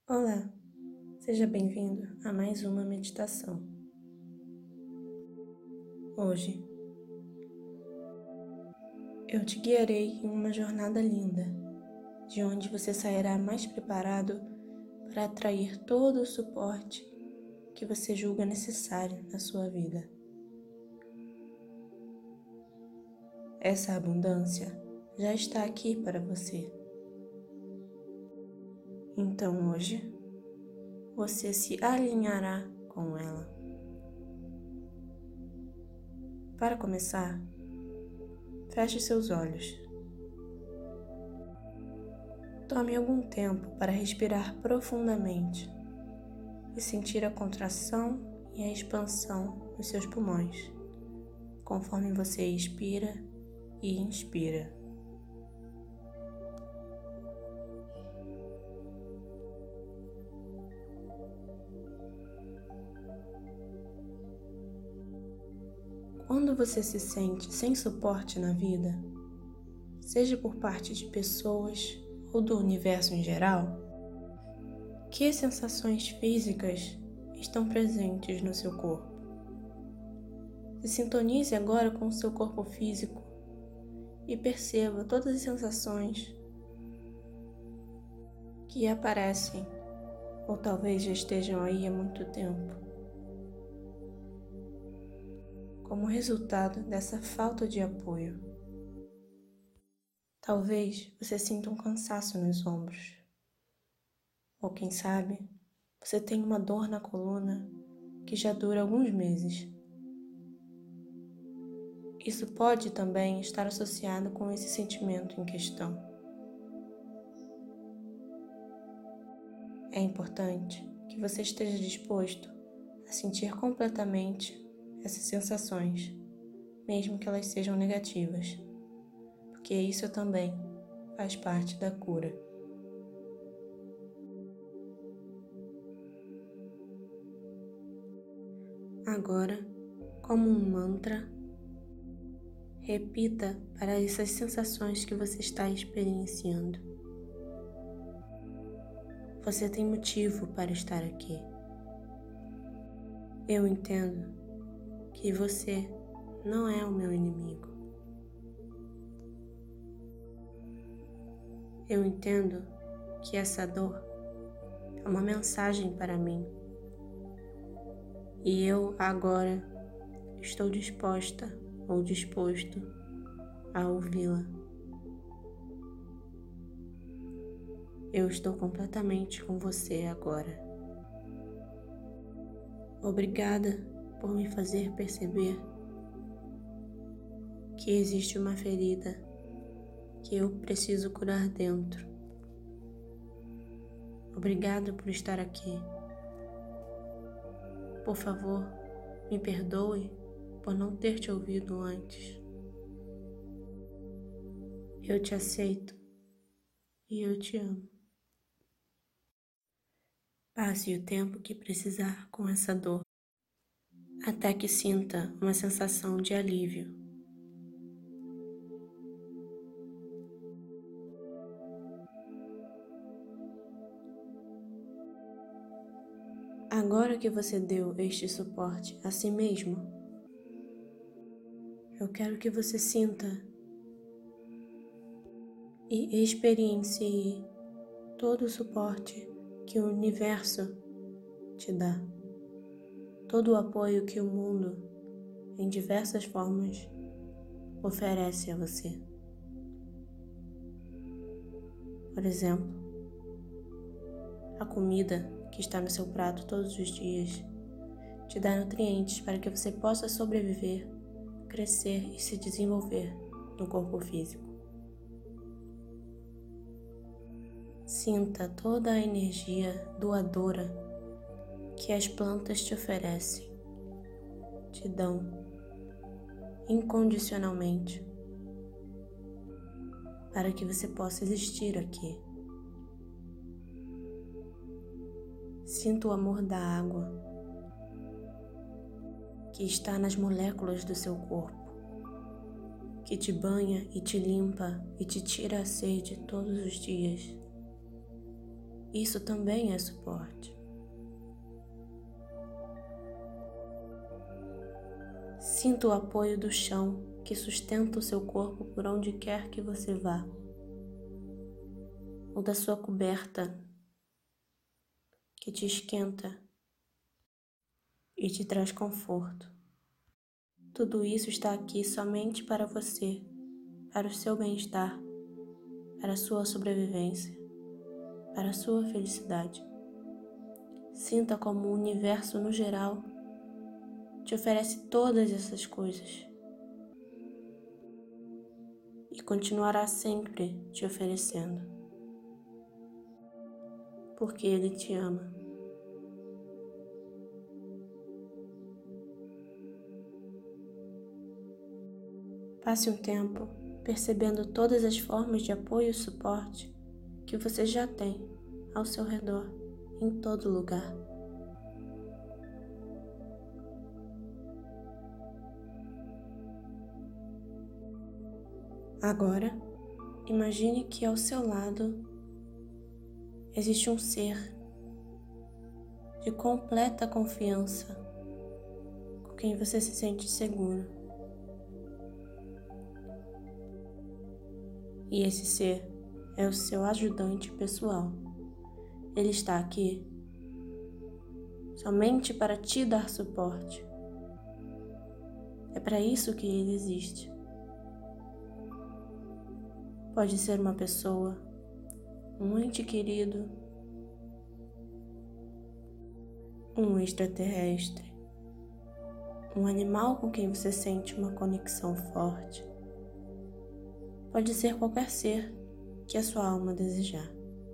Olá, seja bem-vindo a mais uma meditação. Hoje eu te guiarei em uma jornada linda, de onde você sairá mais preparado para atrair todo o suporte que você julga necessário na sua vida. Essa abundância já está aqui para você. Então hoje você se alinhará com ela. Para começar, feche seus olhos. Tome algum tempo para respirar profundamente e sentir a contração e a expansão nos seus pulmões, conforme você expira e inspira. Quando você se sente sem suporte na vida, seja por parte de pessoas ou do universo em geral, que sensações físicas estão presentes no seu corpo? Se sintonize agora com o seu corpo físico e perceba todas as sensações que aparecem ou talvez já estejam aí há muito tempo, como resultado dessa falta de apoio. Talvez você sinta um cansaço nos ombros, ou quem sabe, você tem uma dor na coluna que já dura alguns meses. Isso pode também estar associado com esse sentimento em questão. É importante que você esteja disposto a sentir completamente essas sensações, mesmo que elas sejam negativas, porque isso também faz parte da cura. Agora, como um mantra, repita para essas sensações que você está experienciando: você tem motivo para estar aqui. Eu entendo que você não é o meu inimigo. Eu entendo que essa dor é uma mensagem para mim. E eu agora estou disposta ou disposto a ouvi-la. Eu estou completamente com você agora. Obrigada por me fazer perceber que existe uma ferida que eu preciso curar dentro. Obrigado por estar aqui. Por favor, me perdoe por não ter te ouvido antes. Eu te aceito e eu te amo. Passe o tempo que precisar com essa dor, até que sinta uma sensação de alívio. Agora que você deu este suporte a si mesmo, eu quero que você sinta e experiencie todo o suporte que o universo te dá, todo o apoio que o mundo, em diversas formas, oferece a você. Por exemplo, a comida que está no seu prato todos os dias te dá nutrientes para que você possa sobreviver, crescer e se desenvolver no corpo físico. Sinta toda a energia doadora que as plantas te oferecem, te dão incondicionalmente para que você possa existir aqui. Sinta o amor da água que está nas moléculas do seu corpo, que te banha e te limpa e te tira a sede todos os dias. Isso também é suporte. Sinta o apoio do chão que sustenta o seu corpo por onde quer que você vá, ou da sua coberta que te esquenta e te traz conforto. Tudo isso está aqui somente para você, para o seu bem-estar, para a sua sobrevivência, para a sua felicidade. Sinta como o universo no geral te oferece todas essas coisas e continuará sempre te oferecendo, porque Ele te ama. Passe um tempo percebendo todas as formas de apoio e suporte que você já tem ao seu redor, em todo lugar. Agora, imagine que ao seu lado existe um ser de completa confiança, com quem você se sente seguro. E esse ser é o seu ajudante pessoal. Ele está aqui somente para te dar suporte. É para isso que ele existe. Pode ser uma pessoa, um ente querido, um extraterrestre, um animal com quem você sente uma conexão forte. Pode ser qualquer ser que a sua alma desejar.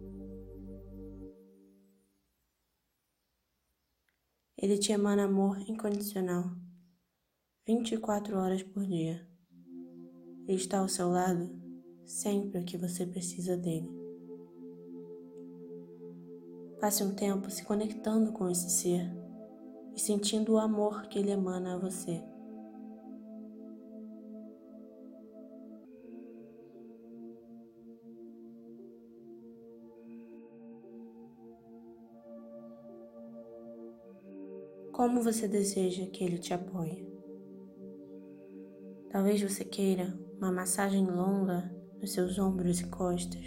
Ele te emana amor incondicional, 24 horas por dia. Ele está ao seu lado sempre que você precisa dele. Passe um tempo se conectando com esse ser e sentindo o amor que ele emana a você. Como você deseja que ele te apoie? Talvez você queira uma massagem longa nos seus ombros e costas.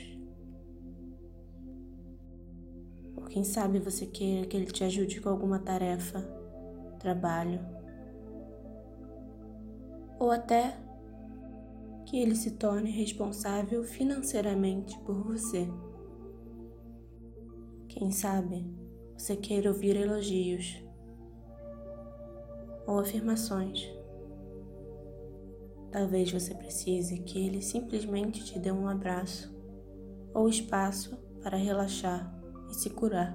Ou quem sabe você queira que ele te ajude com alguma tarefa, trabalho. Ou até que ele se torne responsável financeiramente por você. Quem sabe você queira ouvir elogios ou afirmações. Talvez você precise que ele simplesmente te dê um abraço ou espaço para relaxar e se curar.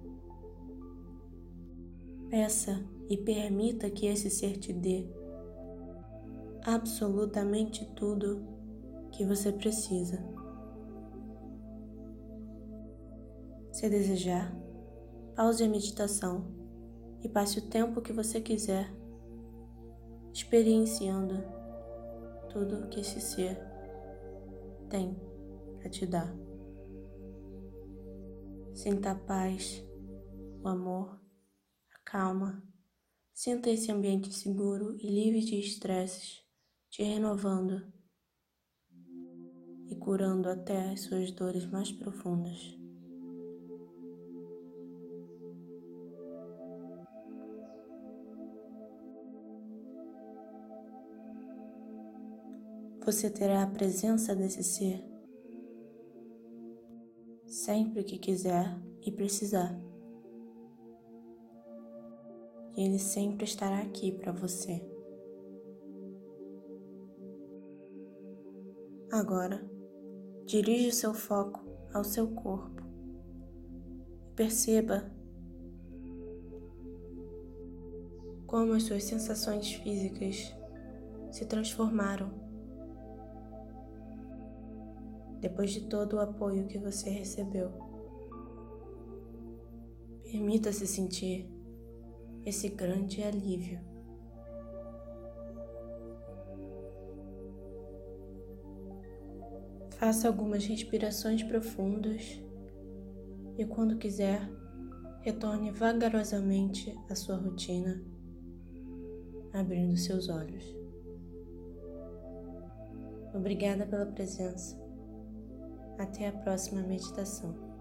Peça e permita que esse ser te dê absolutamente tudo que você precisa. Se desejar, pause a meditação e passe o tempo que você quiser experienciando tudo que esse ser tem para te dar. Sinta a paz, o amor, a calma. Sinta esse ambiente seguro e livre de estresses, te renovando e curando até as suas dores mais profundas. Você terá a presença desse ser sempre que quiser e precisar. E ele sempre estará aqui para você. Agora, dirige o seu foco ao seu corpo e perceba como as suas sensações físicas se transformaram depois de todo o apoio que você recebeu. Permita-se sentir esse grande alívio. Faça algumas respirações profundas e quando quiser, retorne vagarosamente à sua rotina, abrindo seus olhos. Obrigada pela presença. Até a próxima meditação.